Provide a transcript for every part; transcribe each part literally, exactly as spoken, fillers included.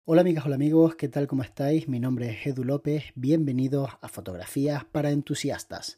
Hola amigas, hola amigos, ¿qué tal? ¿Cómo estáis? Mi nombre es Edu López, bienvenidos a Fotografías para Entusiastas.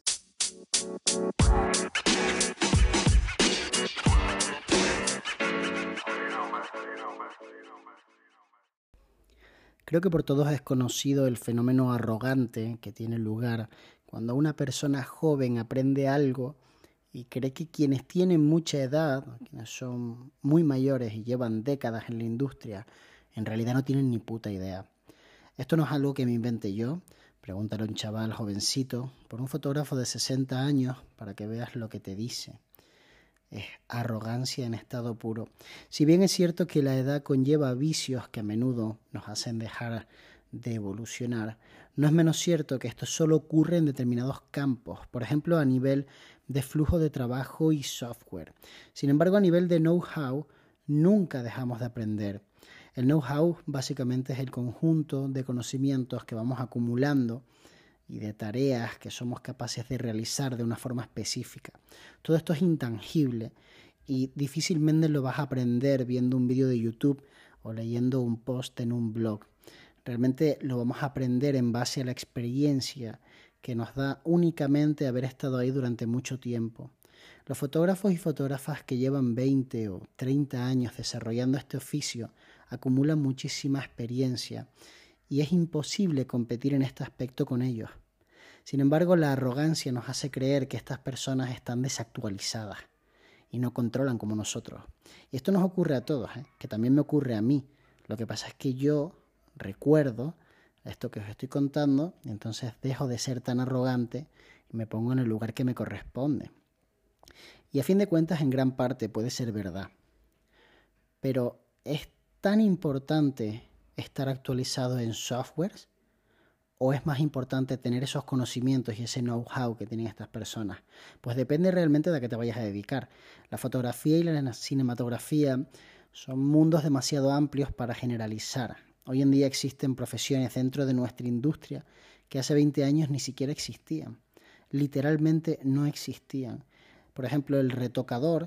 Creo que por todos es conocido el fenómeno arrogante que tiene lugar cuando una persona joven aprende algo y cree que quienes tienen mucha edad, quienes son muy mayores y llevan décadas en la industria, en realidad no tienen ni puta idea. Esto no es algo que me inventé yo. Pregúntale a un chaval jovencito por un fotógrafo de sesenta años para que veas lo que te dice. Es arrogancia en estado puro. Si bien es cierto que la edad conlleva vicios que a menudo nos hacen dejar de evolucionar, no es menos cierto que esto solo ocurre en determinados campos, por ejemplo a nivel de flujo de trabajo y software. Sin embargo, a nivel de know-how, nunca dejamos de aprender. El know-how básicamente es el conjunto de conocimientos que vamos acumulando y de tareas que somos capaces de realizar de una forma específica. Todo esto es intangible y difícilmente lo vas a aprender viendo un vídeo de YouTube o leyendo un post en un blog. Realmente lo vamos a aprender en base a la experiencia que nos da únicamente haber estado ahí durante mucho tiempo. Los fotógrafos y fotógrafas que llevan veinte o treinta años desarrollando este oficio acumulan muchísima experiencia y es imposible competir en este aspecto con ellos. Sin embargo, la arrogancia nos hace creer que estas personas están desactualizadas y no controlan como nosotros. Y esto nos ocurre a todos, ¿eh? Que también me ocurre a mí. Lo que pasa es que yo recuerdo esto que os estoy contando y entonces dejo de ser tan arrogante y me pongo en el lugar que me corresponde. Y a fin de cuentas, en gran parte puede ser verdad. Pero ¿es tan importante estar actualizado en softwares? ¿O es más importante tener esos conocimientos y ese know-how que tienen estas personas? Pues depende realmente de a qué te vayas a dedicar. La fotografía y la cinematografía son mundos demasiado amplios para generalizar. Hoy en día existen profesiones dentro de nuestra industria que hace veinte años ni siquiera existían. Literalmente no existían. Por ejemplo, el retocador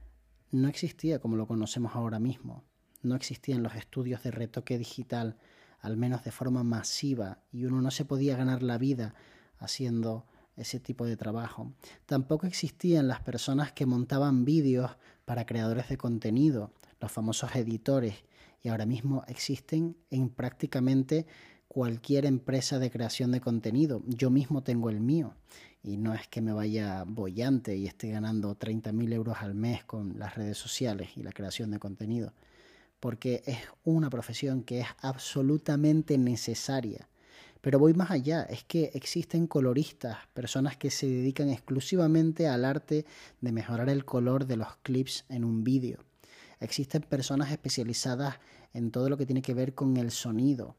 no existía como lo conocemos ahora mismo. No existían los estudios de retoque digital, al menos de forma masiva, y uno no se podía ganar la vida haciendo ese tipo de trabajo. Tampoco existían las personas que montaban vídeos para creadores de contenido, los famosos editores, y ahora mismo existen en prácticamente cualquier empresa de creación de contenido. Yo mismo tengo el mío y no es que me vaya boyante y esté ganando treinta mil euros al mes con las redes sociales y la creación de contenido, porque es una profesión que es absolutamente necesaria. Pero voy más allá, es que existen coloristas, personas que se dedican exclusivamente al arte de mejorar el color de los clips en un vídeo. Existen personas especializadas en todo lo que tiene que ver con el sonido.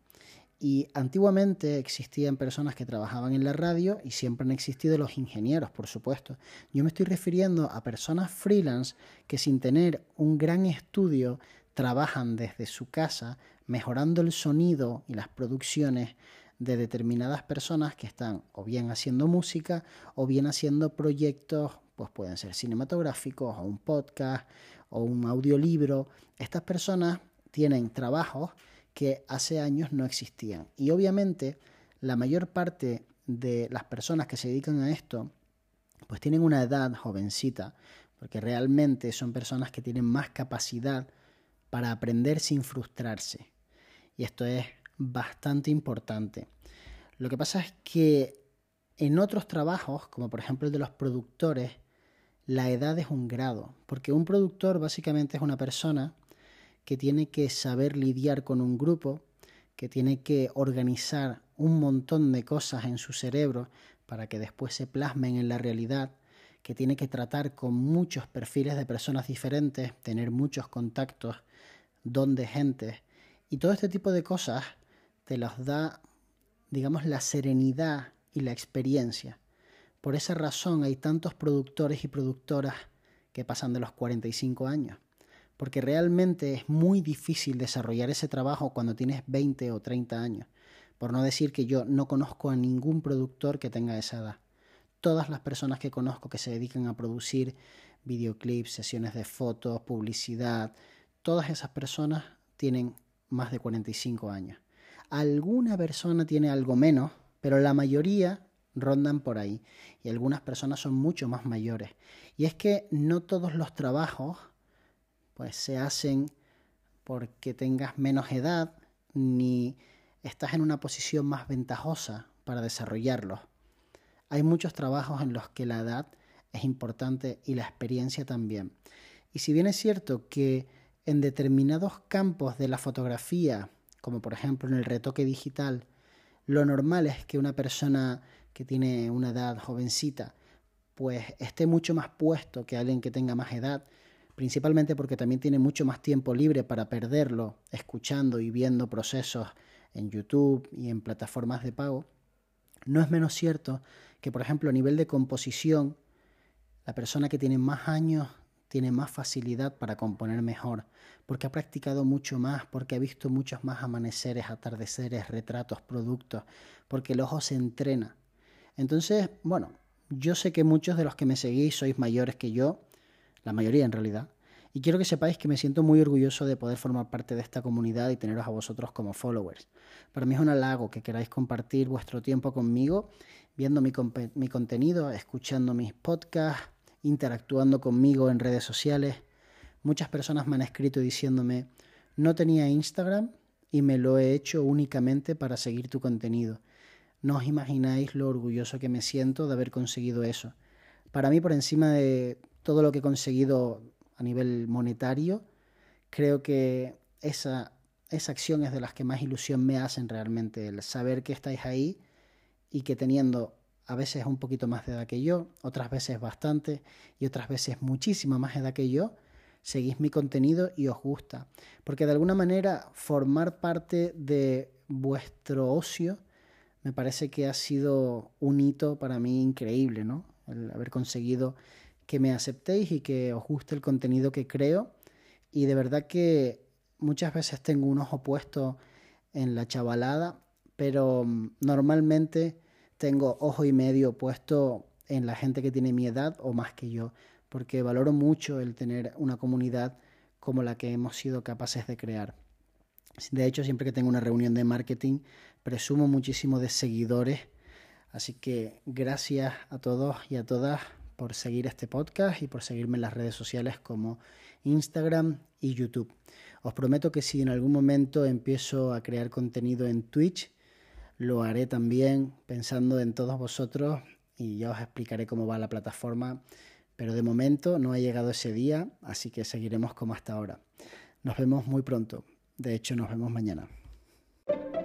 Y antiguamente existían personas que trabajaban en la radio y siempre han existido los ingenieros, por supuesto. Yo me estoy refiriendo a personas freelance que sin tener un gran estudio trabajan desde su casa mejorando el sonido y las producciones de determinadas personas que están o bien haciendo música o bien haciendo proyectos, pues pueden ser cinematográficos o un podcast o un audiolibro. Estas personas tienen trabajos que hace años no existían. Y obviamente la mayor parte de las personas que se dedican a esto pues tienen una edad jovencita, porque realmente son personas que tienen más capacidad para aprender sin frustrarse. Y esto es bastante importante. Lo que pasa es que en otros trabajos, como por ejemplo el de los productores, la edad es un grado, porque un productor básicamente es una persona que tiene que saber lidiar con un grupo, que tiene que organizar un montón de cosas en su cerebro para que después se plasmen en la realidad, que tiene que tratar con muchos perfiles de personas diferentes, tener muchos contactos, don de gente, y todo este tipo de cosas te los da, digamos, la serenidad y la experiencia. Por esa razón hay tantos productores y productoras que pasan de los cuarenta y cinco años, porque realmente es muy difícil desarrollar ese trabajo cuando tienes veinte o treinta años. Por no decir que yo no conozco a ningún productor que tenga esa edad. Todas las personas que conozco que se dedican a producir videoclips, sesiones de fotos, publicidad, todas esas personas tienen más de cuarenta y cinco años. Alguna persona tiene algo menos, pero la mayoría rondan por ahí. Y algunas personas son mucho más mayores. Y es que no todos los trabajos pues, se hacen porque tengas menos edad ni estás en una posición más ventajosa para desarrollarlos. Hay muchos trabajos en los que la edad es importante y la experiencia también. Y si bien es cierto que en determinados campos de la fotografía, como por ejemplo en el retoque digital, lo normal es que una persona que tiene una edad jovencita pues esté mucho más puesto que alguien que tenga más edad, principalmente porque también tiene mucho más tiempo libre para perderlo escuchando y viendo procesos en YouTube y en plataformas de pago. No es menos cierto que, por ejemplo, a nivel de composición, la persona que tiene más años tiene más facilidad para componer mejor, porque ha practicado mucho más, porque ha visto muchos más amaneceres, atardeceres, retratos, productos, porque el ojo se entrena. Entonces, bueno, yo sé que muchos de los que me seguís sois mayores que yo, la mayoría en realidad, y quiero que sepáis que me siento muy orgulloso de poder formar parte de esta comunidad y teneros a vosotros como followers. Para mí es un halago que queráis compartir vuestro tiempo conmigo, viendo mi, mi contenido, escuchando mis podcasts, interactuando conmigo en redes sociales. Muchas personas me han escrito diciéndome, no tenía Instagram y me lo he hecho únicamente para seguir tu contenido. No os imagináis lo orgulloso que me siento de haber conseguido eso. Para mí, por encima de todo lo que he conseguido a nivel monetario, creo que esa, esa acción es de las que más ilusión me hacen realmente, el saber que estáis ahí y que teniendo a veces un poquito más de edad que yo, otras veces bastante y otras veces muchísima más edad que yo, seguís mi contenido y os gusta. Porque de alguna manera formar parte de vuestro ocio me parece que ha sido un hito para mí increíble, ¿no? El haber conseguido que me aceptéis y que os guste el contenido que creo. Y de verdad que muchas veces tengo un ojo puesto en la chavalada, pero normalmente tengo ojo y medio puesto en la gente que tiene mi edad o más que yo, porque valoro mucho el tener una comunidad como la que hemos sido capaces de crear. De hecho, siempre que tengo una reunión de marketing, presumo muchísimo de seguidores. Así que gracias a todos y a todas por seguir este podcast y por seguirme en las redes sociales como Instagram y YouTube. Os prometo que si en algún momento empiezo a crear contenido en Twitch, lo haré también pensando en todos vosotros y ya os explicaré cómo va la plataforma. Pero de momento no ha llegado ese día, así que seguiremos como hasta ahora. Nos vemos muy pronto. De hecho, nos vemos mañana.